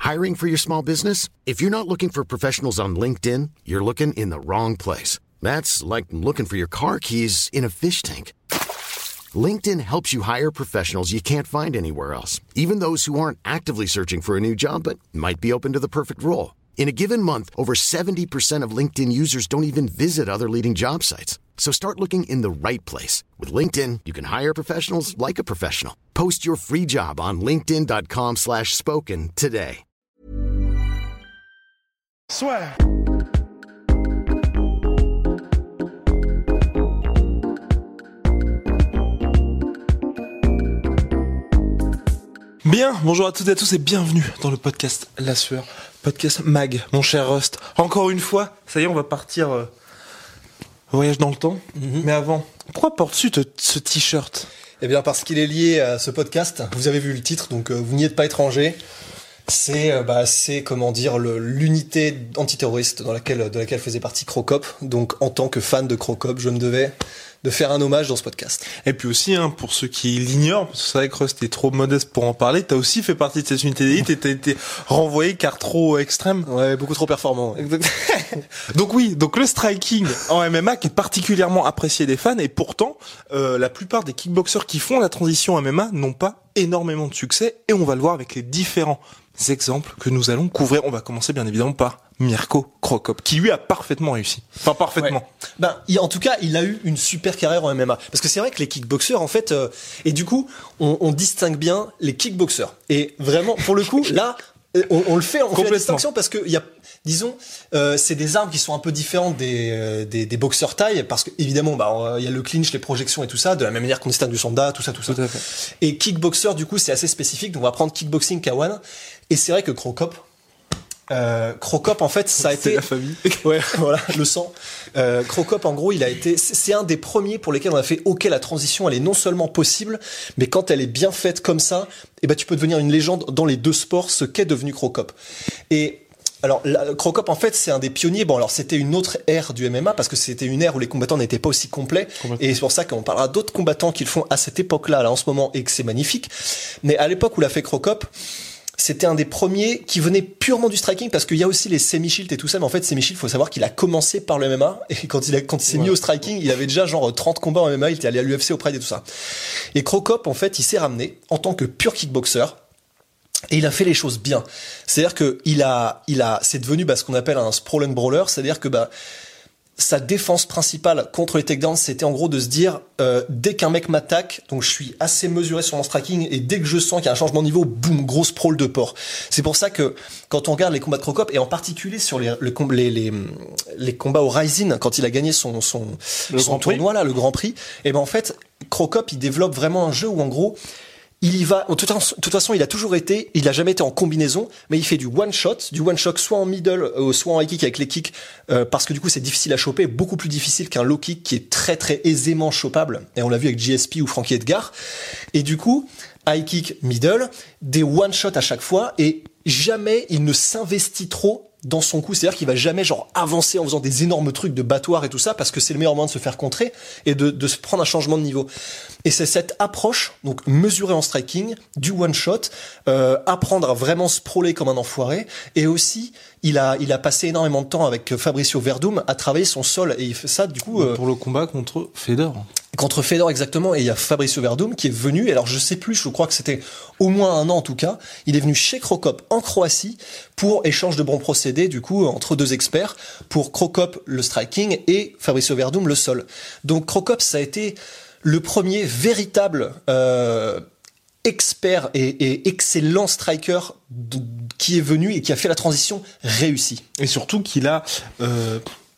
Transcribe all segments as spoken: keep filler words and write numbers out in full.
Hiring for your small business? If you're not looking for professionals on LinkedIn, you're looking in the wrong place. That's like looking for your car keys in a fish tank. LinkedIn helps you hire professionals you can't find anywhere else, even those who aren't actively searching for a new job but might be open to the perfect role. In a given month, over seventy percent of LinkedIn users don't even visit other leading job sites. So start looking in the right place. With LinkedIn, you can hire professionals like a professional. Post your free job on linkedin.com slash spoken today. Swear. Bien, bonjour à toutes et à tous et bienvenue dans le podcast La Sueur, podcast Mag, mon cher Rust. Encore une fois, ça y est, on va partir euh, voyage dans le temps. Mm-hmm. Mais avant, pourquoi portes-tu te, ce t-shirt ? Eh bien parce qu'il est lié à ce podcast. Vous avez vu le titre, donc euh, vous n'y êtes pas étranger. C'est, euh, bah, c'est comment dire, le, l'unité antiterroriste dans laquelle, de laquelle faisait partie Crocop. Donc en tant que fan de Crocop, je me devais de faire un hommage dans ce podcast. Et puis aussi, hein, pour ceux qui l'ignorent, parce que c'est vrai que Rust est trop modeste pour en parler, t'as aussi fait partie de cette unité d'élite et t'as été renvoyé car trop extrême. Ouais, beaucoup trop performant. Ouais. Donc oui, donc le striking en M M A qui est particulièrement apprécié des fans et pourtant, euh, la plupart des kickboxers qui font la transition M M A n'ont pas énormément de succès et on va le voir avec les différents exemples que nous allons couvrir. On va commencer bien évidemment par Mirko Crocop, qui lui a parfaitement réussi. Enfin, parfaitement. Ouais. Ben, il, en tout cas, il a eu une super carrière en M M A. Parce que c'est vrai que les kickboxers, en fait, euh, et du coup, on, on distingue bien les kickboxers. Et vraiment, pour le coup, là, on, on le fait, on fait la distinction parce que il y a, disons, euh, c'est des armes qui sont un peu différentes des, euh, des, des boxeurs taille, parce que évidemment, bah, il y a le clinch, les projections et tout ça, de la même manière qu'on distingue du sanda, tout ça, tout ça. Tout à fait. Et kickboxer, du coup, c'est assez spécifique. Donc, on va prendre kickboxing K un. Et c'est vrai que Crocop, euh, Crocop, en fait, ça a c'est été la famille. Ouais, voilà, le sang. Euh, Crocop, en gros, il a été, c'est un des premiers pour lesquels on a fait, ok, la transition, elle est non seulement possible, mais quand elle est bien faite comme ça, eh ben, tu peux devenir une légende dans les deux sports, ce qu'est devenu Crocop. Et alors, la, Crocop, en fait, c'est un des pionniers. Bon, alors, c'était une autre ère du M M A parce que c'était une ère où les combattants n'étaient pas aussi complets. Et c'est pour ça qu'on parlera d'autres combattants qui le font à cette époque-là, là, en ce moment, et que c'est magnifique. Mais à l'époque où l'a fait Crocop, c'était un des premiers qui venait purement du striking parce qu'il y a aussi les semi-shields et tout ça. Mais en fait, semi-shield, faut savoir qu'il a commencé par le M M A. Et quand il a, quand il s'est ouais. mis au striking, il avait déjà genre trente combats en M M A. Il était allé à l'U F C, au Pride et tout ça. Et Crocop, en fait, il s'est ramené en tant que pur kickboxer. Et il a fait les choses bien. C'est-à-dire que il a, il a, c'est devenu bah, ce qu'on appelle un sprawl and brawler. C'est-à-dire que bah, sa défense principale contre les takedowns, c'était en gros de se dire euh, dès qu'un mec m'attaque, donc je suis assez mesuré sur mon striking et dès que je sens qu'il y a un changement de niveau, boum, gros sprawl de porc. C'est pour ça que quand on regarde les combats de Crocop et en particulier sur les le, les, les les combats au Rising, quand il a gagné son son, son tournoi là, le Grand Prix, et ben en fait Crocop il développe vraiment un jeu où en gros il y va, de toute, façon, de toute façon, il a toujours été, il a jamais été en combinaison, mais il fait du one shot, du one shot soit en middle, euh, soit en high kick avec les kicks, euh, parce que du coup c'est difficile à choper, beaucoup plus difficile qu'un low kick qui est très très aisément chopable, et on l'a vu avec J S P ou Frankie Edgar, et du coup, high kick, middle, des one shot à chaque fois, et jamais il ne s'investit trop dans son coup, c'est-à-dire qu'il va jamais genre avancer en faisant des énormes trucs de battoir et tout ça, parce que c'est le meilleur moyen de se faire contrer et de, de se prendre un changement de niveau. Et c'est cette approche, donc mesurée en striking, du one shot, euh, apprendre à vraiment sprawler comme un enfoiré, et aussi il a il a passé énormément de temps avec Fabricio Verdum à travailler son sol, et il fait ça du coup euh, pour le combat contre Fedor. Contre Fedor, exactement, et il y a Fabricio Verdum qui est venu, et alors je sais plus, je crois que c'était au moins un an en tout cas, il est venu chez Crocop en Croatie pour échange de bons procédés, du coup, entre deux experts, pour Crocop le striking et Fabricio Verdum le sol. Donc Crocop, ça a été le premier véritable euh, expert et, et excellent striker de, qui est venu et qui a fait la transition réussie. Et surtout qu'il a... Euh...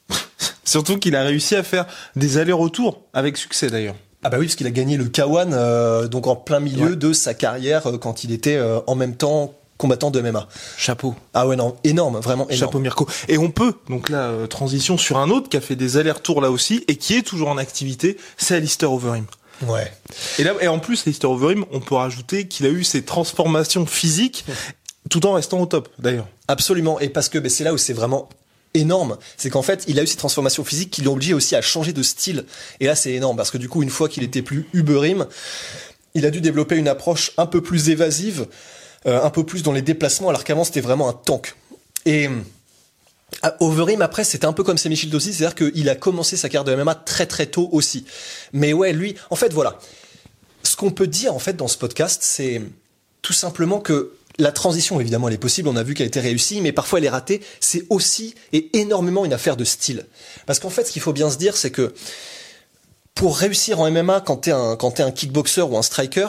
Surtout qu'il a réussi à faire des allers-retours avec succès d'ailleurs. Ah bah oui, parce qu'il a gagné le K un euh, donc en plein milieu ouais. de sa carrière euh, quand il était euh, en même temps combattant de M M A. Chapeau. Ah ouais, non, énorme, vraiment énorme. Chapeau Mirko. Et on peut, donc là, euh, transition sur un autre qui a fait des allers-retours là aussi et qui est toujours en activité, c'est Alistair Overeem. Ouais. Et là, et en plus, Alistair Overeem, on peut rajouter qu'il a eu ses transformations physiques tout en restant au top d'ailleurs. Absolument, et parce que bah, c'est là où c'est vraiment énorme, c'est qu'en fait il a eu ces transformations physiques qui l'ont obligé aussi à changer de style, et là c'est énorme parce que du coup une fois qu'il était plus Uberim, il a dû développer une approche un peu plus évasive euh, un peu plus dans les déplacements, alors qu'avant c'était vraiment un tank. Et à Overeem, après, c'était un peu comme Semmy Shields aussi, c'est-à-dire qu'il a commencé sa carrière de M M A très très tôt aussi. Mais ouais, lui, en fait, voilà. Ce qu'on peut dire, en fait, dans ce podcast, c'est tout simplement que la transition, évidemment, elle est possible, on a vu qu'elle était réussie, mais parfois elle est ratée. C'est aussi et énormément une affaire de style. Parce qu'en fait, ce qu'il faut bien se dire, c'est que pour réussir en M M A, quand t'es un, quand t'es un kickboxer ou un striker,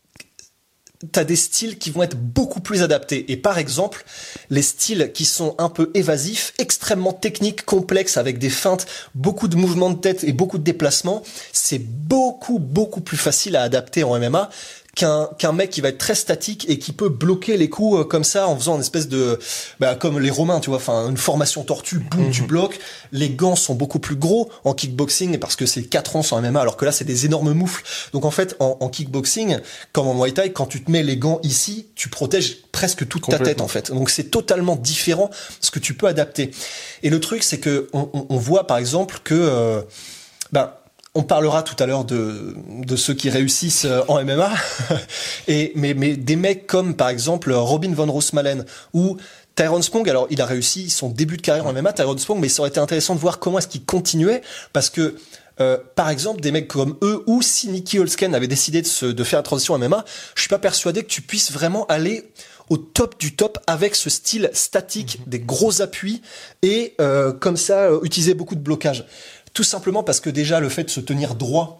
t'as des styles qui vont être beaucoup plus adaptés. Et par exemple, les styles qui sont un peu évasifs, extrêmement techniques, complexes, avec des feintes, beaucoup de mouvements de tête et beaucoup de déplacements, c'est beaucoup, beaucoup plus facile à adapter en M M A qu'un qu'un mec qui va être très statique et qui peut bloquer les coups euh, comme ça en faisant une espèce de bah comme les Romains, tu vois, enfin une formation tortue, boum, mmh. tu bloques. Les gants sont beaucoup plus gros en kickboxing parce que c'est quatre onces en M M A, alors que là c'est des énormes moufles. Donc en fait en, en kickboxing comme en Muay Thai, quand tu te mets les gants ici, tu protèges presque toute ta tête en fait. Donc c'est totalement différent ce que tu peux adapter. Et le truc c'est que on, on, on voit par exemple que euh, ben on parlera tout à l'heure de de ceux qui réussissent en M M A, et mais mais des mecs comme par exemple Robin von Roosmalen ou Tyrone Spong. Alors il a réussi son début de carrière en M M A, Tyrone Spong, mais ça aurait été intéressant de voir comment est-ce qu'il continuait, parce que euh, par exemple des mecs comme eux, ou si Nicky Holzken avait décidé de se de faire la transition en M M A, je suis pas persuadé que tu puisses vraiment aller au top du top avec ce style statique, mmh. des gros appuis et euh, comme ça euh, utiliser beaucoup de blocage. Tout simplement parce que déjà le fait de se tenir droit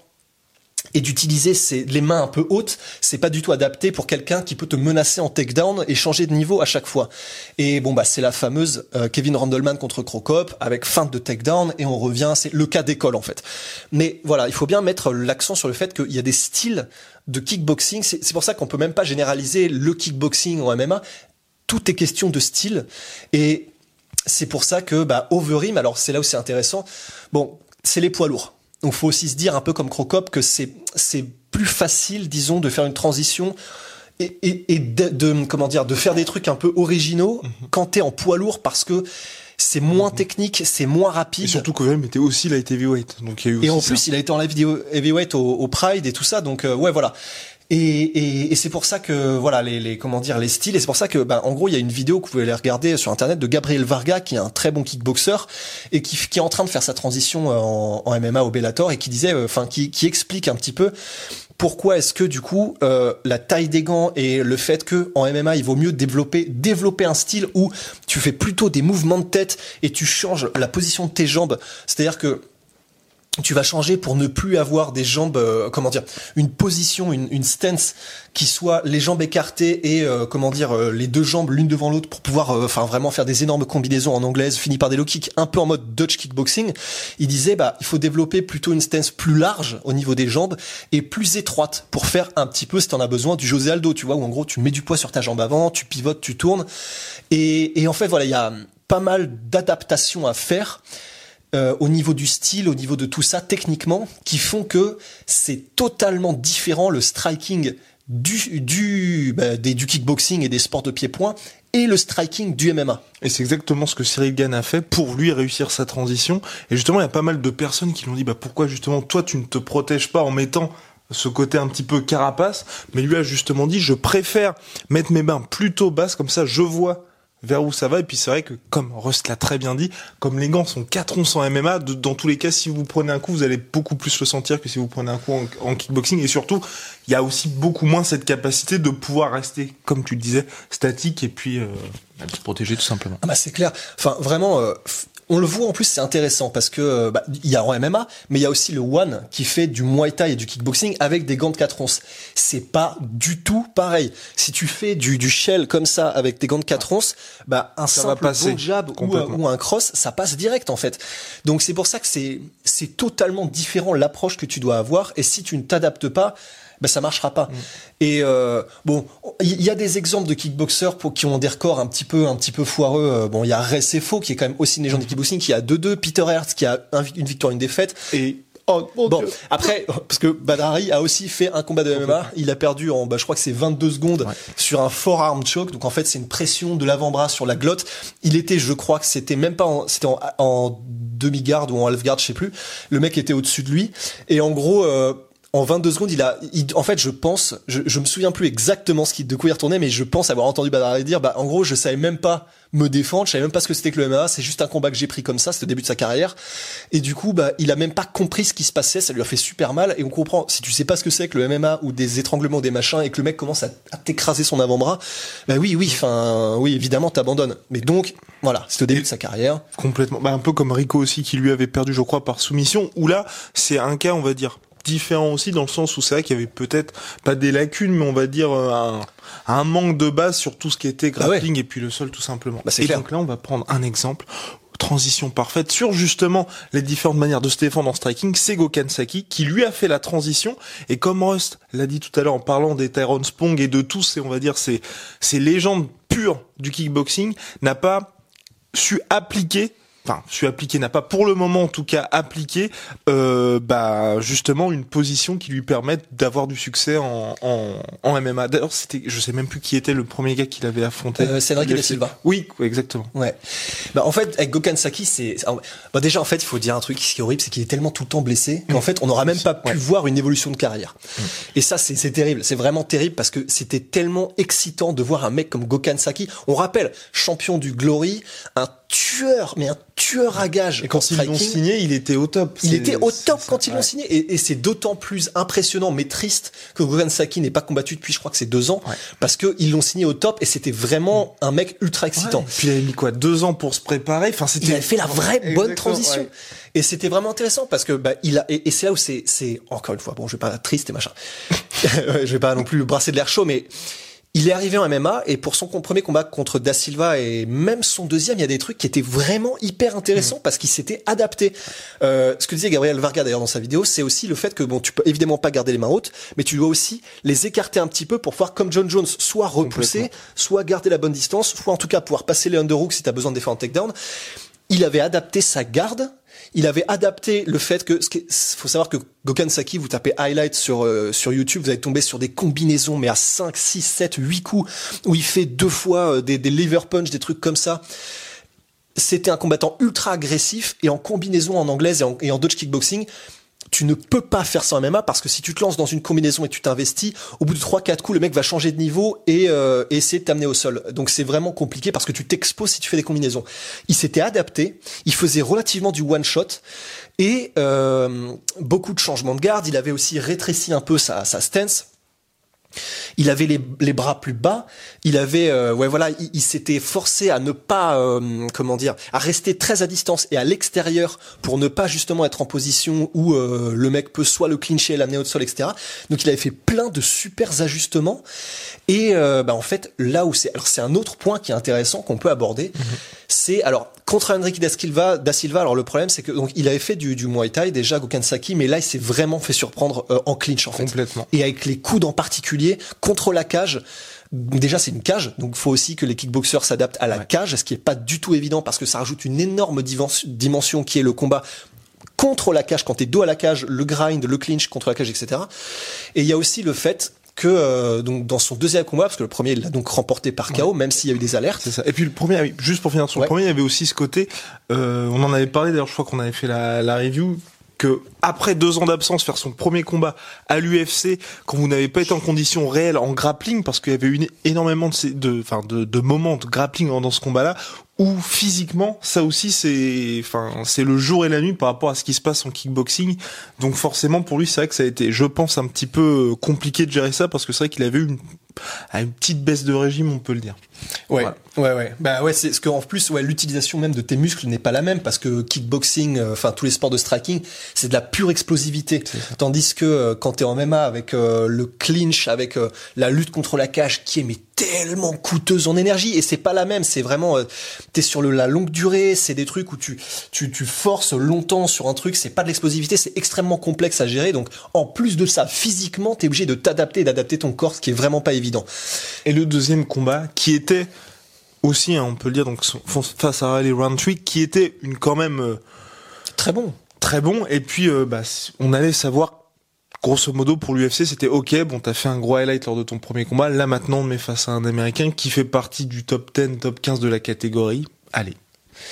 et d'utiliser ses, les mains un peu hautes, c'est pas du tout adapté pour quelqu'un qui peut te menacer en takedown et changer de niveau à chaque fois. Et bon bah c'est la fameuse euh, Kevin Randleman contre Cro Cop avec feinte de takedown, et on revient, c'est le cas d'école en fait. Mais voilà, il faut bien mettre l'accent sur le fait qu'il y a des styles de kickboxing, c'est, c'est pour ça qu'on peut même pas généraliser le kickboxing en M M A, tout est question de style. Et c'est pour ça que bah Overeem, alors c'est là où c'est intéressant, bon, c'est les poids lourds. Donc faut aussi se dire un peu comme Cro Cop que c'est c'est plus facile, disons, de faire une transition et et, et de, de comment dire de faire des trucs un peu originaux mmh. quand t'es en poids lourd, parce que c'est moins mmh. technique, c'est moins rapide. Et surtout quand même était aussi light heavyweight. Donc il y a eu aussi et en ça. plus il a été en light heavyweight au, au Pride et tout ça, donc euh, ouais voilà. Et, et, et c'est pour ça que voilà les, les comment dire les styles, et c'est pour ça que ben en gros il y a une vidéo que vous pouvez aller regarder sur internet de Gabriel Varga, qui est un très bon kickboxer et qui, qui est en train de faire sa transition en, en M M A au Bellator, et qui disait enfin euh, qui, qui explique un petit peu pourquoi est-ce que du coup euh, la taille des gants et le fait que en M M A il vaut mieux développer développer un style où tu fais plutôt des mouvements de tête et tu changes la position de tes jambes, c'est-à-dire que tu vas changer pour ne plus avoir des jambes, euh, comment dire, une position, une, une stance qui soit les jambes écartées et euh, comment dire, euh, les deux jambes l'une devant l'autre pour pouvoir, enfin euh, vraiment faire des énormes combinaisons en anglaise, fini par des low kicks, un peu en mode Dutch kickboxing. Il disait, bah, il faut développer plutôt une stance plus large au niveau des jambes et plus étroite pour faire un petit peu, si t'en as besoin, du José Aldo, tu vois, où en gros tu mets du poids sur ta jambe avant, tu pivotes, tu tournes, et, et en fait voilà, il y a pas mal d'adaptations à faire. Euh, au niveau du style, au niveau de tout ça, techniquement, qui font que c'est totalement différent le striking du du bah, des, du kickboxing et des sports de pied-point et le striking du M M A. Et c'est exactement ce que Cyril Gane a fait pour lui réussir sa transition. Et justement, il y a pas mal de personnes qui lui ont dit bah pourquoi justement toi tu ne te protèges pas en mettant ce côté un petit peu carapace, mais lui a justement dit je préfère mettre mes mains plutôt basses, comme ça je vois vers où ça va. Et puis c'est vrai que, comme Rust l'a très bien dit, comme les gants sont quatre onces en M M A, de, dans tous les cas, si vous prenez un coup, vous allez beaucoup plus le sentir que si vous prenez un coup en, en kickboxing. Et surtout, il y a aussi beaucoup moins cette capacité de pouvoir rester, comme tu le disais, statique et puis euh, se protéger tout simplement. Ah bah c'est clair. Enfin vraiment, euh, on le voit en plus, c'est intéressant parce que bah, il y a en M M A, mais il y a aussi le One qui fait du Muay Thai et du kickboxing avec des gants de quatre onces. C'est pas du tout pareil. Si tu fais du, du shell comme ça avec des gants de quatre onces, bah un ça simple bon jab ou, ou un cross, ça passe direct en fait. Donc c'est pour ça que c'est c'est totalement différent l'approche que tu dois avoir, et si tu ne t'adaptes pas, ben ça marchera pas. Mmh. Et euh, bon, il y a des exemples de kickboxers pour qui ont des records un petit peu un petit peu foireux. Bon, il y a Ray Sefo qui est quand même aussi une légende mmh. du kickboxing, qui a deux deux, Peter Hertz qui a un, une victoire, une défaite. Et oh, bon, bon après, parce que Badari a aussi fait un combat de M M A, il a perdu en, bah, je crois que c'est vingt-deux secondes ouais. sur un forearm choke. Donc en fait, c'est une pression de l'avant-bras sur la glotte. Il était, je crois que c'était même pas, en, c'était en, en demi-garde ou en half-garde, je sais plus. Le mec était au-dessus de lui. Et en gros, euh, En vingt-deux secondes, il a, il, en fait, je pense, je, je me souviens plus exactement ce qui, de quoi il retournait, mais je pense avoir entendu Badr Ali dire, bah, en gros, je savais même pas me défendre, je savais même pas ce que c'était que le M M A, c'est juste un combat que j'ai pris comme ça, c'était au début de sa carrière. Et du coup, bah, il a même pas compris ce qui se passait, ça lui a fait super mal, et on comprend, si tu sais pas ce que c'est que le M M A ou des étranglements ou des machins, et que le mec commence à, à t'écraser son avant-bras, bah oui, oui, enfin, oui, évidemment, t'abandonnes. Mais donc, voilà, c'était au début de sa carrière. Complètement. Bah, un peu comme Rico aussi, qui lui avait perdu, je crois, par soumission, où là, c'est un cas, on va dire, différent aussi, dans le sens où c'est vrai qu'il y avait peut-être pas des lacunes, mais on va dire un, un manque de base sur tout ce qui était grappling ah ouais. et puis le sol tout simplement. Bah, c'est et clair. Donc là, on va prendre un exemple, transition parfaite, sur justement les différentes manières de se défendre en striking. C'est Gokhan Saki qui lui a fait la transition, et comme Rust l'a dit tout à l'heure en parlant des Tyrone Spong et de tous ces, on va dire, ces, ces légendes pures du kickboxing, n'a pas su appliquer Enfin, suis appliqué, n'a pas pour le moment en tout cas appliqué, euh, bah justement une position qui lui permette d'avoir du succès en, en, en M M A. D'ailleurs, c'était, je sais même plus qui était le premier gars qu'il avait affronté. Euh, Cédric Da Silva. Oui, exactement. Ouais. Bah en fait, avec Gokhan Saki, c'est, bah déjà en fait, il faut dire un truc qui est horrible, c'est qu'il est tellement tout le temps blessé qu'en mmh. fait, on n'aura même pas pu ouais. voir une évolution de carrière. Mmh. Et ça, c'est, c'est terrible. C'est vraiment terrible parce que c'était tellement excitant de voir un mec comme Gokhan Saki. On rappelle, champion du Glory, un tueur, mais un tueur à gage. Et quand ils l'ont signé, il était au top. Il c'est, était au top ça, quand ils ouais. l'ont signé. Et, et c'est d'autant plus impressionnant, mais triste, que Gokhan Saki n'ait pas combattu depuis, je crois que c'est deux ans, ouais. parce que ils l'ont signé au top et c'était vraiment un mec ultra excitant. Ouais. Puis il avait mis quoi, deux ans pour se préparer. Enfin, c'était. Il avait fait la vraie Exactement, bonne transition. Ouais. Et c'était vraiment intéressant parce que bah il a et, et c'est là où c'est c'est encore une fois bon, je vais pas être triste et machin. Je vais pas non plus brasser de l'air chaud, mais il est arrivé en M M A et pour son premier combat contre Da Silva et même son deuxième, il y a des trucs qui étaient vraiment hyper intéressants mmh. parce qu'il s'était adapté. Euh, ce que disait Gabriel Varga d'ailleurs dans sa vidéo, c'est aussi le fait que bon, tu peux évidemment pas garder les mains hautes, mais tu dois aussi les écarter un petit peu pour pouvoir, comme John Jones, soit repousser, soit garder la bonne distance, soit en tout cas pouvoir passer les underhooks si tu as besoin de défendre un takedown. Il avait adapté sa garde. Il avait adapté le fait que, il faut savoir que Gokhan Saki, vous tapez highlight sur euh, sur YouTube, vous allez tomber sur des combinaisons mais à cinq, six, sept, huit coups où il fait deux fois euh, des, des lever punch, des trucs comme ça. C'était un combattant ultra agressif et en combinaison en anglaise et en, et en Dutch kickboxing. Tu ne peux pas faire ça en M M A parce que si tu te lances dans une combinaison et que tu t'investis, au bout de trois quatre coups, le mec va changer de niveau et, euh, et essayer de t'amener au sol. Donc c'est vraiment compliqué parce que tu t'exposes si tu fais des combinaisons. Il s'était adapté, il faisait relativement du one shot et euh, beaucoup de changements de garde. Il avait aussi rétréci un peu sa, sa stance. Il avait les, les bras plus bas. Il avait, euh, ouais, voilà, il, il s'était forcé à ne pas, euh, comment dire, à rester très à distance et à l'extérieur pour ne pas justement être en position où euh, le mec peut soit le clincher, l'amener au sol, et cetera. Donc il avait fait plein de super ajustements. Et euh, bah en fait, là où c'est, alors c'est un autre point qui est intéressant qu'on peut aborder, mmh. c'est alors contre Henrique Da Silva, Da Silva. Alors le problème, c'est que donc il avait fait du, du Muay Thai déjà Gokhan Saki, mais là il s'est vraiment fait surprendre euh, en clinch en fait. Complètement. Et avec les coudes en particulier contre la cage. Déjà c'est une cage, donc il faut aussi que les kickboxers s'adaptent à la ouais. cage, ce qui est pas du tout évident parce que ça rajoute une énorme dimension qui est le combat contre la cage, quand t'es dos à la cage, le grind, le clinch contre la cage, et cetera. Et il y a aussi le fait que euh, donc dans son deuxième combat, parce que le premier il l'a donc remporté par K O, ouais. même s'il y a eu des alertes. C'est ça. Et puis le premier, juste pour finir sur ouais. le premier, il y avait aussi ce côté, euh, on en avait parlé d'ailleurs, je crois qu'on avait fait la, la review, que après deux ans d'absence, faire son premier combat à l'U F C, quand vous n'avez pas été en condition réelle en grappling, parce qu'il y avait eu énormément de, de, enfin, de, de moments de grappling dans ce combat-là, où physiquement, ça aussi c'est, enfin, c'est le jour et la nuit par rapport à ce qui se passe en kickboxing. Donc forcément, pour lui, c'est vrai que ça a été, je pense, un petit peu compliqué de gérer ça, parce que c'est vrai qu'il avait eu une, une petite baisse de régime, on peut le dire. Ouais, voilà. ouais, ouais. Bah ouais, c'est ce qu'en plus, ouais, l'utilisation même de tes muscles n'est pas la même parce que kickboxing, enfin euh, tous les sports de striking, c'est de la pure explosivité. Tandis que euh, quand t'es en M M A avec euh, le clinch, avec euh, la lutte contre la cage, qui est mais tellement coûteuse en énergie, et c'est pas la même. C'est vraiment, euh, t'es sur le, la longue durée. C'est des trucs où tu tu tu forces longtemps sur un truc. C'est pas de l'explosivité, c'est extrêmement complexe à gérer. Donc en plus de ça, physiquement, t'es obligé de t'adapter, et d'adapter ton corps, ce qui est vraiment pas évident. Et le deuxième combat, qui était aussi, hein, on peut le dire, donc face à Riley Roundtree, qui était une quand même euh, très bon, très bon. Et puis, euh, bah, on allait savoir, grosso modo, pour l'U F C, c'était ok. Bon, t'as fait un gros highlight lors de ton premier combat. Là, maintenant, on met face à un Américain qui fait partie du top dix, top quinze de la catégorie. Allez.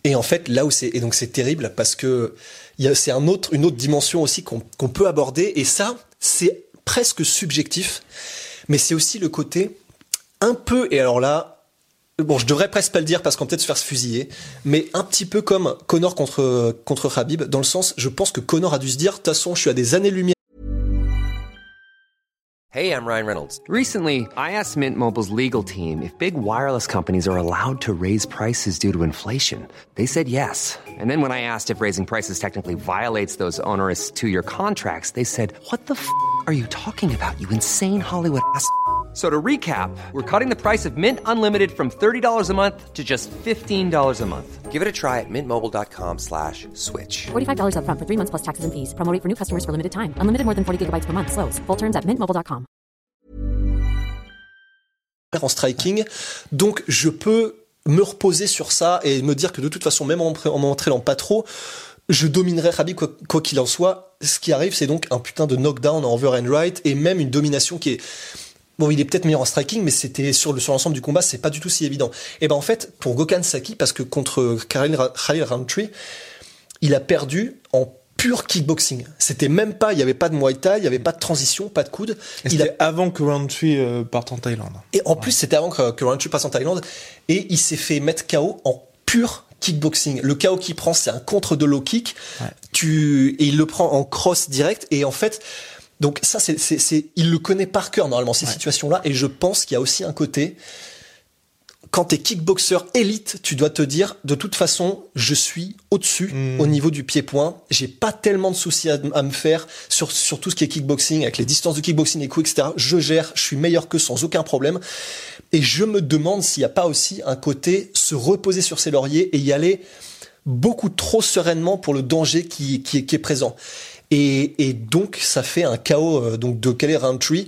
Et en fait, là où c'est, et donc c'est terrible parce que il y a, c'est un autre, une autre dimension aussi qu'on, qu'on peut aborder. Et ça, c'est presque subjectif, mais c'est aussi le côté un peu, et alors là, bon, je devrais presque pas le dire parce qu'on peut peut-être se faire se fusiller, mais un petit peu comme Conor contre, contre Khabib, dans le sens, je pense que Conor a dû se dire, de toute façon, je suis à des années-lumière. Hey, I'm Ryan Reynolds. Recently, I asked Mint Mobile's legal team if big wireless companies are allowed to raise prices due to inflation. They said yes. And then when I asked if raising prices technically violates those onerous two-year contracts, they said, what the f*** are you talking about, you insane Hollywood ass f- So to recap, we're cutting the price of Mint Unlimited from thirty dollars a month to just fifteen dollars a month. Give it a try at mintmobile.com slash switch. forty-five dollars up front for three months plus taxes and fees. Promo rate for new customers for limited time. Unlimited more than forty gigabytes per month. Slows full terms at mint mobile dot com. En striking, donc je peux me reposer sur ça et me dire que de toute façon, même en, en m'entraînant pas trop, je dominerai Khabib quoi, quoi qu'il en soit. Ce qui arrive, c'est donc un putain de knockdown en over and right et même une domination qui est... Bon, il est peut-être meilleur en striking, mais c'était sur, le, sur l'ensemble du combat, c'est pas du tout si évident. Et ben en fait, pour Gokhan Saki, parce que contre Khalil, Khalil Rountree, il a perdu en pur kickboxing. C'était même pas, il y avait pas de Muay Thai, il y avait pas de transition, pas de coude. Et il c'était a... avant que Rountree euh, parte en Thaïlande. Et en ouais. plus, c'était avant que, que Rountree passe en Thaïlande. Et il s'est fait mettre K O en pur kickboxing. Le K O qu'il prend, c'est un contre de low kick. Ouais. Tu, et il le prend en cross direct. Et en fait, donc ça, c'est, c'est, c'est, il le connaît par cœur normalement ces ouais. situations-là. Et je pense qu'il y a aussi un côté, quand t'es kickboxer élite, tu dois te dire, de toute façon, je suis au-dessus mmh. au niveau du pied-point. J'ai pas tellement de soucis à, à me faire sur, sur tout ce qui est kickboxing, avec les distances de kickboxing, les coups, et cetera. Je gère, je suis meilleur qu'eux sans aucun problème. Et je me demande s'il y a pas aussi un côté se reposer sur ses lauriers et y aller beaucoup trop sereinement pour le danger qui, qui, est, qui est présent. Et, et donc, ça fait un K O euh, donc de Khalil Rountree,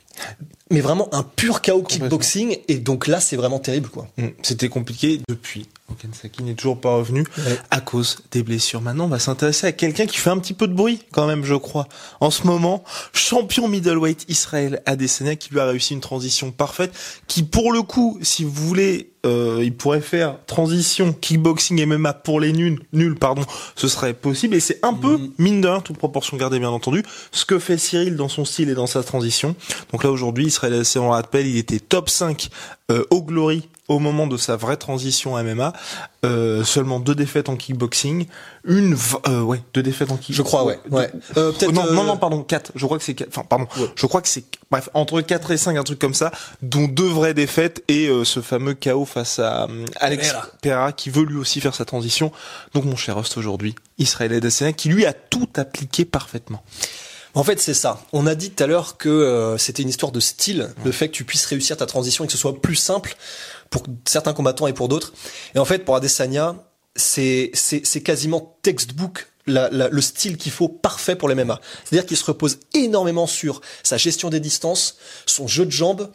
mais vraiment un pur K O kickboxing. Et donc là, c'est vraiment terrible, quoi. Mmh. C'était compliqué depuis. Gokhan Saki n'est toujours pas revenu ouais. à cause des blessures. Maintenant, on va s'intéresser à quelqu'un qui fait un petit peu de bruit, quand même, je crois. En ce moment, champion middleweight Israël Adesanya, qui lui a réussi une transition parfaite, qui, pour le coup, si vous voulez, euh, il pourrait faire transition kickboxing et M M A pour les nuls, nuls, pardon, ce serait possible. Et c'est un mmh. peu, mine de rien, toute proportion gardée, bien entendu, ce que fait Cyril dans son style et dans sa transition. Donc là, aujourd'hui, Israël Adesanya, on rappelle, il était top cinq euh, au Glory au moment de sa vraie transition M M A. Euh, seulement deux défaites en kickboxing, une euh, ouais deux défaites en kickboxing. Je crois ouais. ouais. Euh, peut-être non, euh... non non pardon quatre. Je crois que c'est quatre. Enfin pardon. Ouais. Je crois que c'est bref entre quatre et cinq un truc comme ça, dont deux vraies défaites et euh, ce fameux K O face à euh, Alex Pereira. Pereira qui veut lui aussi faire sa transition. Donc mon cher host aujourd'hui, Israël Adesanya qui lui a tout appliqué parfaitement. En fait, c'est ça. On a dit tout à l'heure que euh, c'était une histoire de style, ouais. le fait que tu puisses réussir ta transition et que ce soit plus simple pour certains combattants et pour d'autres. Et en fait, pour Adesanya, c'est c'est c'est quasiment textbook la, la, le style qu'il faut parfait pour les M M A. C'est-à-dire qu'il se repose énormément sur sa gestion des distances, son jeu de jambes,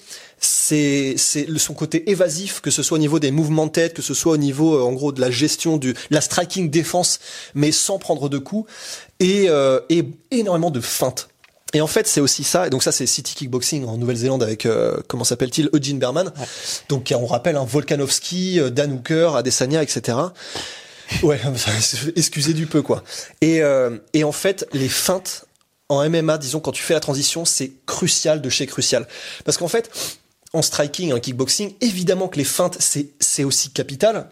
c'est c'est son côté évasif, que ce soit au niveau des mouvements de tête, que ce soit au niveau euh, en gros de la gestion du la striking défense, mais sans prendre de coups, et euh, et énormément de feintes. Et en fait, c'est aussi ça. Et donc ça, c'est City Kickboxing en Nouvelle-Zélande avec euh, comment s'appelle-t-il, Eugene Berman. Ouais. Donc on rappelle un hein, Volkanovski, Dan Hooker, Adesanya, et cetera. Ouais, excusez du peu quoi. Et euh, et en fait, les feintes en M M A, disons quand tu fais la transition, c'est crucial de chez crucial. Parce qu'en fait, en striking, en kickboxing, évidemment que les feintes c'est c'est aussi capital,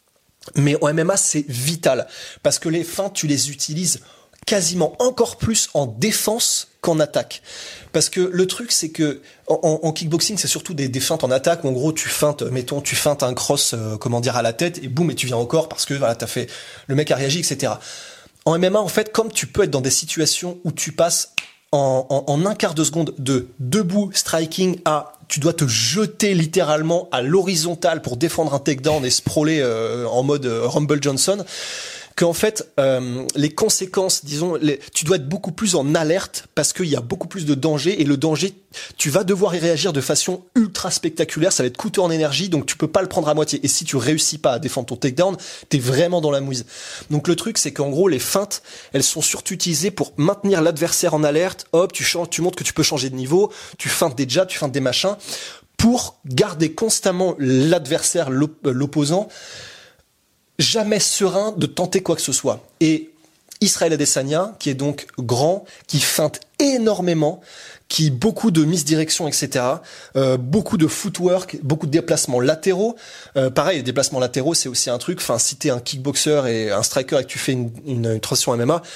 mais en M M A c'est vital parce que les feintes tu les utilises quasiment encore plus en défense qu'en attaque. Parce que le truc, c'est que en, en kickboxing, c'est surtout des, des feintes en attaque où en gros tu feintes, mettons, tu feintes un cross, euh, comment dire, à la tête et boum, et tu viens au corps parce que voilà, t'as fait, le mec a réagi, et cetera. En M M A, en fait, comme tu peux être dans des situations où tu passes en, en, en un quart de seconde de debout striking à tu dois te jeter littéralement à l'horizontale pour défendre un takedown et sprawler euh, en mode euh, Rumble Johnson, qu'en fait, euh, les conséquences, disons, les, tu dois être beaucoup plus en alerte parce qu'il y a beaucoup plus de danger et le danger, tu vas devoir y réagir de façon ultra spectaculaire, ça va être coûteux en énergie, donc tu peux pas le prendre à moitié. Et si tu réussis pas à défendre ton takedown, t'es vraiment dans la mouise. Donc le truc, c'est qu'en gros, les feintes, elles sont surtout utilisées pour maintenir l'adversaire en alerte. Hop, tu changes, tu montres que tu peux changer de niveau, tu feintes des jabs, tu feintes des machins, pour garder constamment l'adversaire, l'opposant, jamais serein de tenter quoi que ce soit. Et Israël Adesanya, qui est donc grand, qui feinte énormément, qui beaucoup de misdirection, et cetera. Euh, beaucoup de footwork, beaucoup de déplacements latéraux. Euh, pareil, les déplacements latéraux, c'est aussi un truc. Enfin, si t'es un kickboxer et un striker et que tu fais une, une, une transition M M A,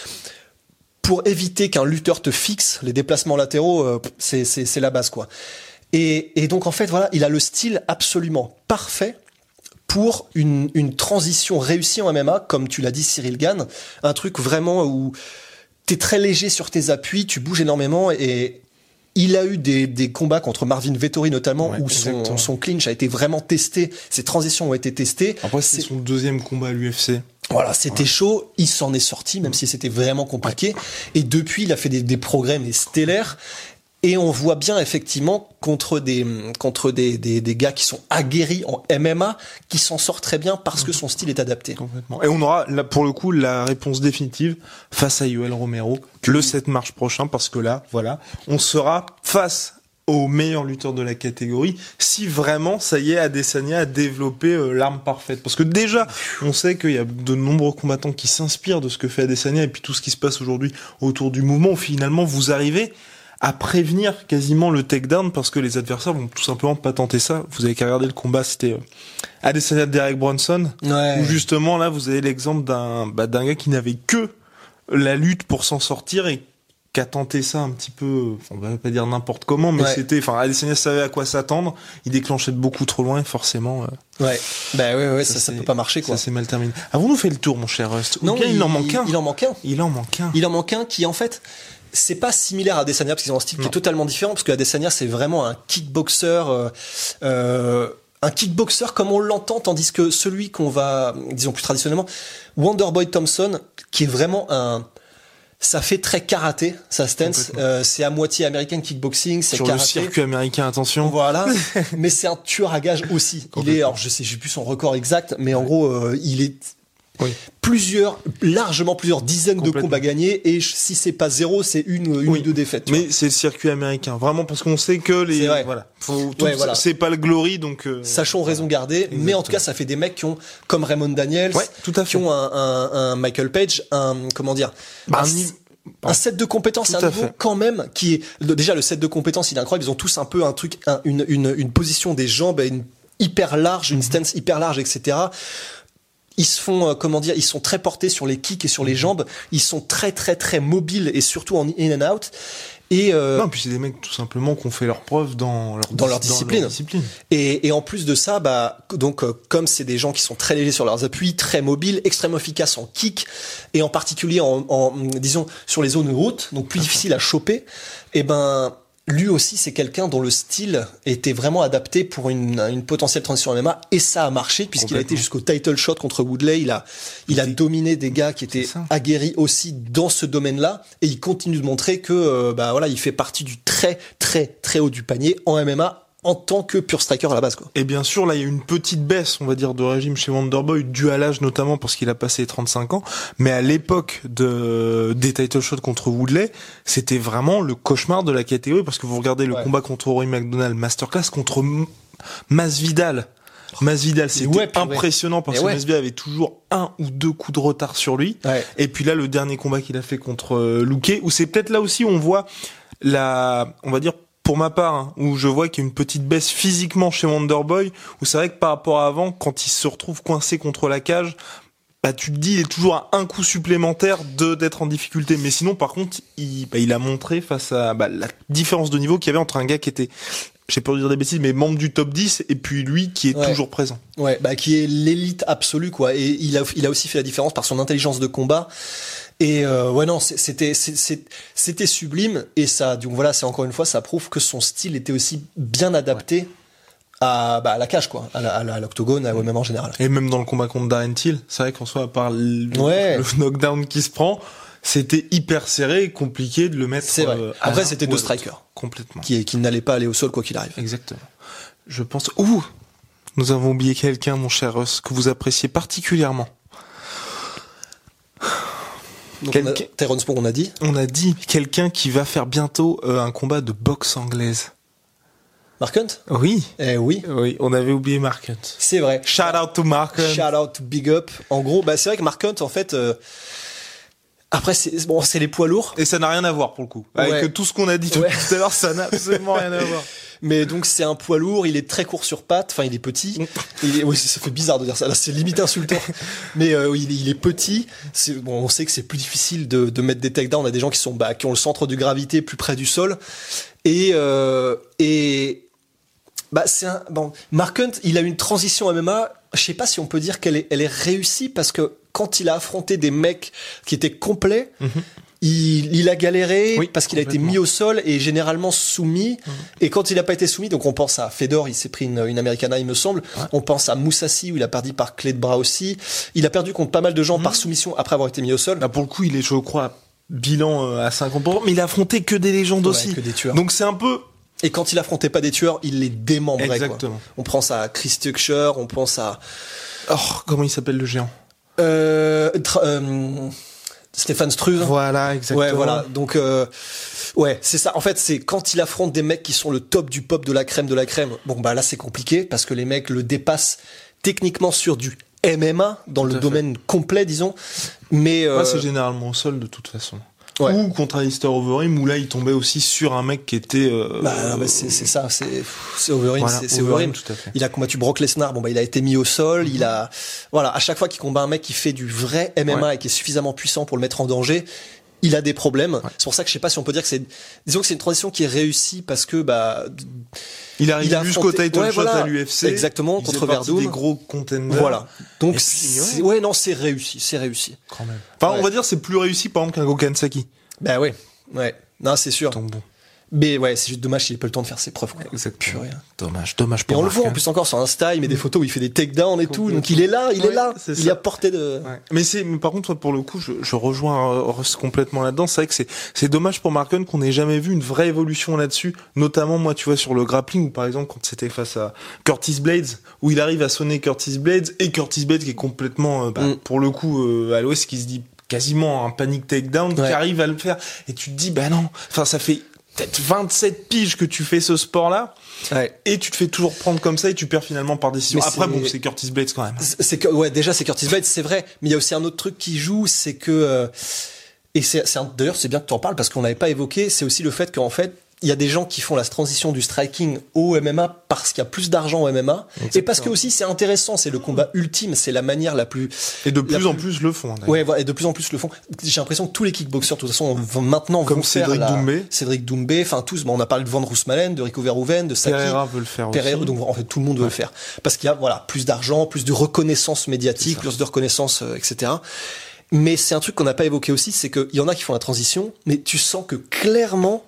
pour éviter qu'un lutteur te fixe, les déplacements latéraux, euh, c'est, c'est, c'est la base, quoi. Et, et donc, en fait, voilà, il a le style absolument parfait pour une, une transition réussie en M M A, comme tu l'as dit, Cyril Gane, un truc vraiment où t'es très léger sur tes appuis, tu bouges énormément, et il a eu des, des combats contre Marvin Vettori notamment, ouais, où son, son clinch a été vraiment testé, ses transitions ont été testées. Après, c'est son deuxième combat à l'U F C. Voilà, c'était ouais. chaud, il s'en est sorti, même ouais. si c'était vraiment compliqué, ouais. et depuis, il a fait des, des progrès, mais stellaires. Et on voit bien effectivement contre des contre des, des des gars qui sont aguerris en M M A, qui s'en sortent très bien parce que son style est adapté. Complètement. Et on aura là pour le coup la réponse définitive face à Yoel Romero le sept mars prochain, parce que là, voilà, on sera face au meilleur lutteur de la catégorie, si vraiment ça y est, Adesanya a développé euh, l'arme parfaite. Parce que déjà, on sait qu'il y a de nombreux combattants qui s'inspirent de ce que fait Adesanya, et puis tout ce qui se passe aujourd'hui autour du mouvement, où finalement vous arrivez à prévenir quasiment le takedown, parce que les adversaires vont tout simplement pas tenter ça. Vous avez qu'à regarder le combat, c'était euh, Adesanya Derek Brunson, ouais. où justement là vous avez l'exemple d'un bah, d'un gars qui n'avait que la lutte pour s'en sortir, et qui a tenté ça un petit peu, on va pas dire n'importe comment, mais ouais. c'était, enfin Adesanya savait à quoi s'attendre, il déclenchait de beaucoup trop loin, et forcément euh, ouais bah ouais ouais ça, ça, ça peut pas marcher, quoi. Ça s'est mal terminé. Avons-nous fait le tour, mon cher Rust? Non, bien, il, il en manque un. Il en manque un. Il en manque un. Il en manque un qui en fait c'est pas similaire à Adesanya, parce qu'ils ont un style non. qui est totalement différent, parce que Adesanya c'est vraiment un kickboxer euh, euh, un kickboxer comme on l'entend, tandis que celui qu'on va, disons plus traditionnellement, Wonderboy Thompson, qui est vraiment un, ça fait très karaté, sa stance, euh, c'est à moitié American kickboxing, c'est sur karaté. Sur le circuit américain, attention. Voilà, mais c'est un tueur à gages aussi. Il est, alors je sais, j'ai plus son record exact, mais en gros, euh, il est oui. plusieurs, largement plusieurs dizaines de combats gagnés, et si c'est pas zéro, c'est une, une oui. ou deux défaites. Mais c'est le circuit américain, vraiment, parce qu'on sait que les, voilà, faut tout, ouais, voilà. c'est pas le glory, donc. Euh, Sachons raison garder, exactement. Mais en tout cas, ça fait des mecs qui ont, comme Raymond Daniels, ouais, tout à fait. qui ont un, un, un Michael Page, un, comment dire, bah, un, un set de compétences, tout un niveau quand même qui est, déjà le set de compétences, il est incroyable. Ils ont tous un peu un truc, un, une, une, une position des jambes, une hyper large, une stance hyper large, et cetera. Ils se font, euh, comment dire, ils sont très portés sur les kicks et sur les jambes. Ils sont très, très, très mobiles, et surtout en in and out. Et euh, non, puis c'est des mecs tout simplement qui ont fait leurs preuves dans leur, dans leur discipline. Dans leur discipline. Et, et en plus de ça, bah donc euh, comme c'est des gens qui sont très légers sur leurs appuis, très mobiles, extrêmement efficaces en kick, et en particulier en, en disons sur les zones hautes, donc plus difficiles à choper. Et ben lui aussi, c'est quelqu'un dont le style était vraiment adapté pour une, une potentielle transition en M M A, et ça a marché, puisqu'il a été jusqu'au title shot contre Woodley. Il a, il a dominé des gars qui étaient aguerris aussi dans ce domaine-là, et il continue de montrer que, euh, bah voilà, il fait partie du très, très, très haut du panier en M M A, en tant que pure striker à la base, quoi. Et bien sûr, là, il y a une petite baisse, on va dire, de régime chez Wonderboy, due à l'âge notamment, parce qu'il a passé trente-cinq ans. Mais à l'époque de, des title shots contre Woodley, c'était vraiment le cauchemar de la catégorie, parce que vous regardez le ouais. combat contre Rory McDonald Masterclass contre M- Masvidal. Masvidal, c'était ouais, impressionnant, ouais. parce et que ouais. Masvidal avait toujours un ou deux coups de retard sur lui. Ouais. Et puis là, le dernier combat qu'il a fait contre euh, Luque, où c'est peut-être là aussi où on voit la, on va dire, pour ma part, hein, où je vois qu'il y a une petite baisse physiquement chez Wonderboy, où c'est vrai que par rapport à avant, quand il se retrouve coincé contre la cage, bah tu te dis il est toujours à un coup supplémentaire de d'être en difficulté. Mais sinon, par contre, il, bah, il a montré face à bah, la différence de niveau qu'il y avait entre un gars qui était, j'ai peur de dire des bêtises, mais membre du top dix, et puis lui qui est ouais. toujours présent. Ouais, bah qui est l'élite absolue, quoi. Et il a il a aussi fait la différence par son intelligence de combat. Et euh, ouais non, c'était c'était sublime, et ça, donc voilà, c'est encore une fois, ça prouve que son style était aussi bien adapté ouais. à bah à la cage, quoi, à la, à l'octogone, à ouais, même en général. Et même dans le combat contre Darren Till, c'est vrai qu'en soit à part le, ouais. le knockdown qui se prend, c'était hyper serré et compliqué de le mettre. C'est vrai. Euh, Après, c'était deux strikers complètement qui qui n'allaient pas aller au sol quoi qu'il arrive. Exactement. Je pense. Ouh, nous avons oublié quelqu'un, mon cher Russ, que vous appréciez particulièrement. Tyrone Spong, on a dit. On a dit quelqu'un qui va faire bientôt euh, un combat de boxe anglaise. Mark Hunt? Oui. Eh oui. Oui, on avait oublié Mark Hunt. C'est vrai. Shout out to Mark Hunt. Shout out to Big Up. En gros, bah, c'est vrai que Mark Hunt, en fait, euh, après, c'est, bon, c'est les poids lourds. Et ça n'a rien à voir pour le coup. Avec Ouais. tout ce qu'on a dit Ouais. tout à l'heure, ça n'a absolument rien à voir. Mais donc, c'est un poids lourd, il est très court sur pattes, enfin, il est petit. Il est, oui, ça fait bizarre de dire ça, là, c'est limite insultant. Mais, euh, il, est, il est petit. C'est, bon, on sait que c'est plus difficile de, de mettre des takedowns. On a des gens qui sont, bah, qui ont le centre de gravité plus près du sol. Et, euh, et, bah, c'est un, bon, Mark Hunt, il a une transition M M A. Je sais pas si on peut dire qu'elle est, elle est réussie parce que quand il a affronté des mecs qui étaient complets, mm-hmm. il, il a galéré oui, parce qu'il a été mis au sol et généralement soumis. Mm-hmm. Et quand il a pas été soumis, donc on pense à Fedor, il s'est pris une, une Americana, il me semble. Ouais. On pense à Moussassi où il a perdu par clé de bras aussi. Il a perdu contre pas mal de gens mm-hmm. par soumission après avoir été mis au sol. Là, pour le coup, il est, je crois, bilan à cinquante pour cent, mais il a affronté que des légendes ouais, aussi. Que des tueurs. Donc c'est un peu... Et quand il affrontait pas des tueurs, il les démembrait. Exactement. Quoi. On pense à Chris Tucker, on pense à... Oh, comment il s'appelle le géant euh, tra- euh, Stéphane Struve. Voilà, exactement. Ouais, voilà. Donc, euh, ouais, c'est ça. En fait, c'est quand il affronte des mecs qui sont le top du pop, de la crème, de la crème. Bon, bah là, c'est compliqué parce que les mecs le dépassent techniquement sur du M M A dans Tout le domaine fait. complet, disons. Mais euh... ouais, c'est généralement au sol de toute façon. Ouais. Ou contre Alistair Overeem où là il tombait aussi sur un mec qui était euh, bah, non, bah c'est c'est ça c'est c'est Overeem voilà, c'est, c'est Overeem tout à fait. Il a combattu Brock Lesnar, bon bah il a été mis au sol, mm-hmm. il a voilà, à chaque fois qu'il combat un mec qui fait du vrai M M A ouais. et qui est suffisamment puissant pour le mettre en danger, il a des problèmes. Ouais. C'est pour ça que je sais pas si on peut dire que c'est disons que c'est une transition qui est réussie parce que bah il arrive il jusqu'au title ouais, shot voilà, à l'U F C exactement il contre Verdum, des gros contenders. Voilà. Donc puis, c'est, ouais. ouais non, c'est réussi, c'est réussi. Quand même. Enfin, ouais. on va dire c'est plus réussi par exemple qu'un Gokhan Saki. Bah ouais, ouais. Non, c'est sûr. Donc bon. Mais ouais, c'est juste dommage qu'il ait pas le temps de faire ses preuves. Quoi. Exactement. Purée. Dommage, dommage pour Et on Mark le voit hein. en plus encore sur Insta, il met des photos où il fait des takedowns et tout. Donc il est là, il ouais, est là. C'est il ça. est à portée de... Ouais. Mais c'est, mais par contre, pour le coup, je, je rejoins Russ complètement là-dedans. C'est vrai que c'est, c'est dommage pour Mark Hunt qu'on n'ait jamais vu une vraie évolution là-dessus. Notamment, moi, tu vois, sur le grappling, où par exemple, quand c'était face à Curtis Blades, où il arrive à sonner Curtis Blades, et Curtis Blades qui est complètement, euh, bah, mm. pour le coup, euh, à l'ouest, qui se dit quasiment un panic takedown, ouais. qui arrive à le faire. Et tu te dis, bah non, enfin, ça fait peut-être vingt-sept piges que tu fais ce sport-là. Ouais. Et tu te fais toujours prendre comme ça et tu perds finalement par décision. Mais Après, c'est... bon, c'est Curtis Blades quand même. C'est, c'est que, ouais, déjà, c'est Curtis Blades, c'est vrai. Mais il y a aussi un autre truc qui joue, c'est que, euh, et c'est, c'est un, d'ailleurs, c'est bien que tu en parles parce qu'on l'avait pas évoqué, c'est aussi le fait qu'en fait, il y a des gens qui font la transition du striking au M M A parce qu'il y a plus d'argent au M M A. Exactement. Et parce que aussi c'est intéressant, c'est le combat ultime, c'est la manière la plus... Et de plus en plus... plus le font. Ouais, ouais, et de plus en plus le font. J'ai l'impression que tous les kickboxers, de toute façon, vont, maintenant Comme vont Cédric faire la... Doumbé. Cédric Doumbé, enfin tous, bon, on a parlé de Van Roosmalen, de Rico Verhoeven, de Saki. Pereira veut le faire Pereira, aussi. Donc en fait tout le monde ouais. veut le faire. Parce qu'il y a voilà, plus d'argent, plus de reconnaissance médiatique, plus de reconnaissance, euh, et cetera. Mais c'est un truc qu'on n'a pas évoqué aussi, c'est qu'il y en a qui font la transition, mais tu sens que clairement,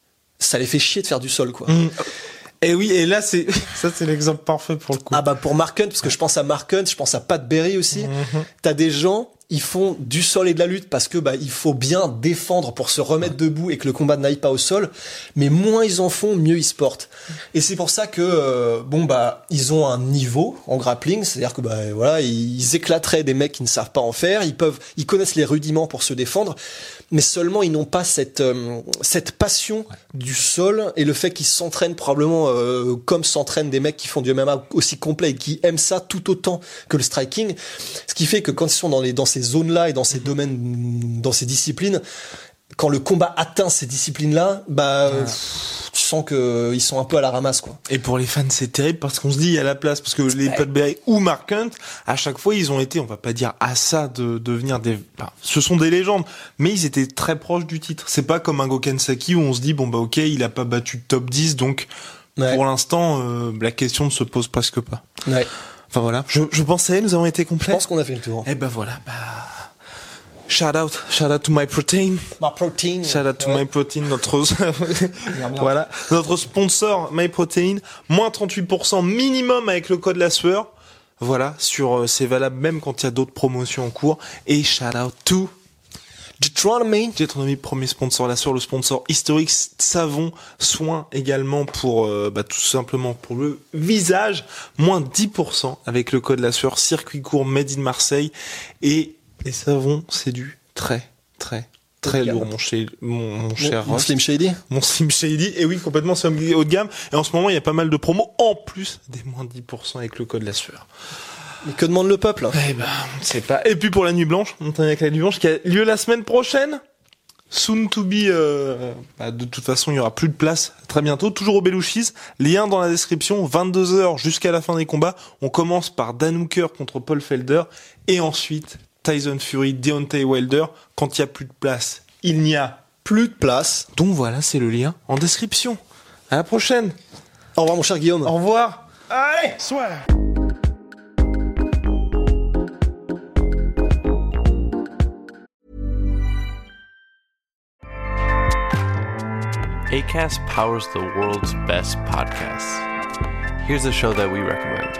ça les fait chier de faire du sol, quoi. Mmh. Et oui, et là, c'est, ça, c'est l'exemple parfait pour le coup. Ah bah, pour Mark Hunt, parce que je pense à Mark Hunt, je pense à Pat Berry aussi. Mmh. T'as des gens, ils font du sol et de la lutte parce que, bah, il faut bien défendre pour se remettre ouais. debout et que le combat n'aille pas au sol. Mais moins ils en font, mieux ils se portent. Et c'est pour ça que, euh, bon, bah, ils ont un niveau en grappling. C'est-à-dire que, bah, voilà, ils éclateraient des mecs qui ne savent pas en faire. Ils peuvent, ils connaissent les rudiments pour se défendre. Mais seulement ils n'ont pas cette euh, cette passion ouais. du sol et le fait qu'ils s'entraînent probablement euh, comme s'entraînent des mecs qui font du M M A aussi complet et qui aiment ça tout autant que le striking, ce qui fait que quand ils sont dans les dans ces zones-là et dans ces domaines, dans ces disciplines, quand le combat atteint ces disciplines-là, bah ouais. pff, tu sens que ils sont un peu à la ramasse, quoi. Et pour les fans, c'est terrible parce qu'on se dit il y a la place parce que les Pat Berry ou Mark Hunt, à chaque fois ils ont été, on va pas dire à ça de devenir des, enfin, ce sont des légendes, mais ils étaient très proches du titre. C'est pas comme un Gokhan Saki où on se dit bon bah ok, il a pas battu top dix, donc ouais. pour l'instant euh, la question ne se pose presque pas. Ouais. Enfin voilà, je, je pensais, nous avons été complets. Je pense qu'on a fait le tour. Et ben voilà, bah. Shout out, shout out to My Protein. My Protein. Shout out to ouais. My Protein, notre, voilà, notre sponsor My Protein. moins trente-huit pour cent minimum avec le code la sueur. Voilà, sur, c'est valable même quand il y a d'autres promotions en cours. Et shout out to Jetronomy. Jetronomy, premier sponsor la sueur, le sponsor historique, savon, soins également pour, euh, bah, tout simplement pour le visage. moins dix pour cent avec le code la sueur, circuit court, made in Marseille. Et les savons, c'est du très, très, très haut de gamme. lourd, mon, chez, mon, mon cher Mon Ross. Slim Shady. Mon Slim Shady. Et oui, complètement, c'est haut de gamme. Et en ce moment, il y a pas mal de promos. En plus des moins dix pour cent avec le code La Sueur. Mais que demande le peuple? Eh ben, on sait pas. Et puis pour la Nuit Blanche, on termine avec la Nuit Blanche qui a lieu la semaine prochaine. Soon to be. Euh, bah de toute façon, il y aura plus de place très bientôt. Toujours au Belouchis. Lien dans la description. vingt-deux heures jusqu'à la fin des combats. On commence par Dan Hooker contre Paul Felder. Et ensuite, Tyson Fury, Deontay Wilder. Quand il y a plus de place, il n'y a Plus de place. Donc voilà, c'est le lien en description. À la prochaine. Au revoir mon cher Guillaume. Au revoir. Allez. Acast powers the world's best podcasts. Here's a show that we recommend.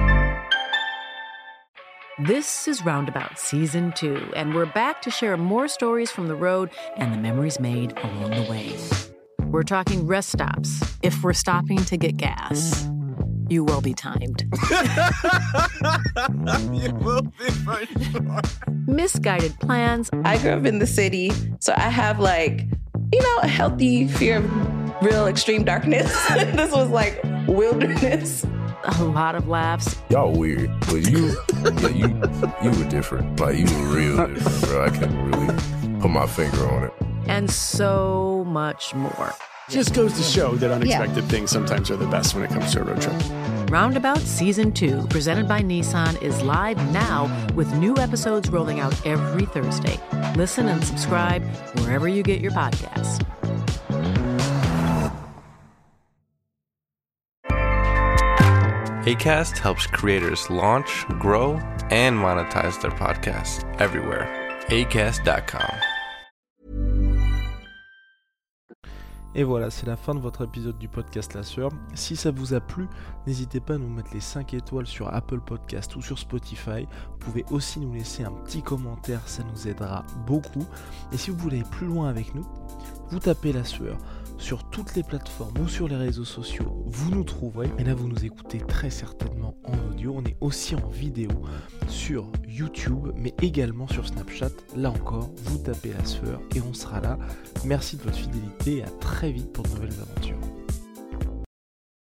This is Roundabout Season two, and we're back to share more stories from the road and the memories made along the way. We're talking rest stops, if we're stopping to get gas. You will be timed. You will be for sure. Misguided plans, I grew up in the city, so I have like, you know, a healthy fear of real extreme darkness. This was like wilderness. a lot of laughs, Y'all weird, but you, yeah, you, you were different. Like you were real different, bro. I can't really put my finger on it. and so much more. Just goes to show that unexpected things sometimes are the best when it comes to a road trip. Roundabout Season two, presented by Nissan, is live now with new episodes rolling out every Thursday. Listen and subscribe wherever you get your podcasts. Acast helps creators launch, grow, and monetize their podcasts everywhere. acast dot com. Et voilà, c'est la fin de votre épisode du podcast La Sueur. Si ça vous a plu, n'hésitez pas à nous mettre les cinq étoiles sur Apple Podcast ou sur Spotify. Vous pouvez aussi nous laisser un petit commentaire, ça nous aidera beaucoup. Et si vous voulez aller plus loin avec nous, vous tapez La Sueur sur toutes les plateformes ou sur les réseaux sociaux, vous nous trouverez. Et là, vous nous écoutez très certainement en audio. On est aussi en vidéo sur YouTube, mais également sur Snapchat. Là encore, vous tapez La Sueur et on sera là. Merci de votre fidélité et à très vite pour de nouvelles aventures.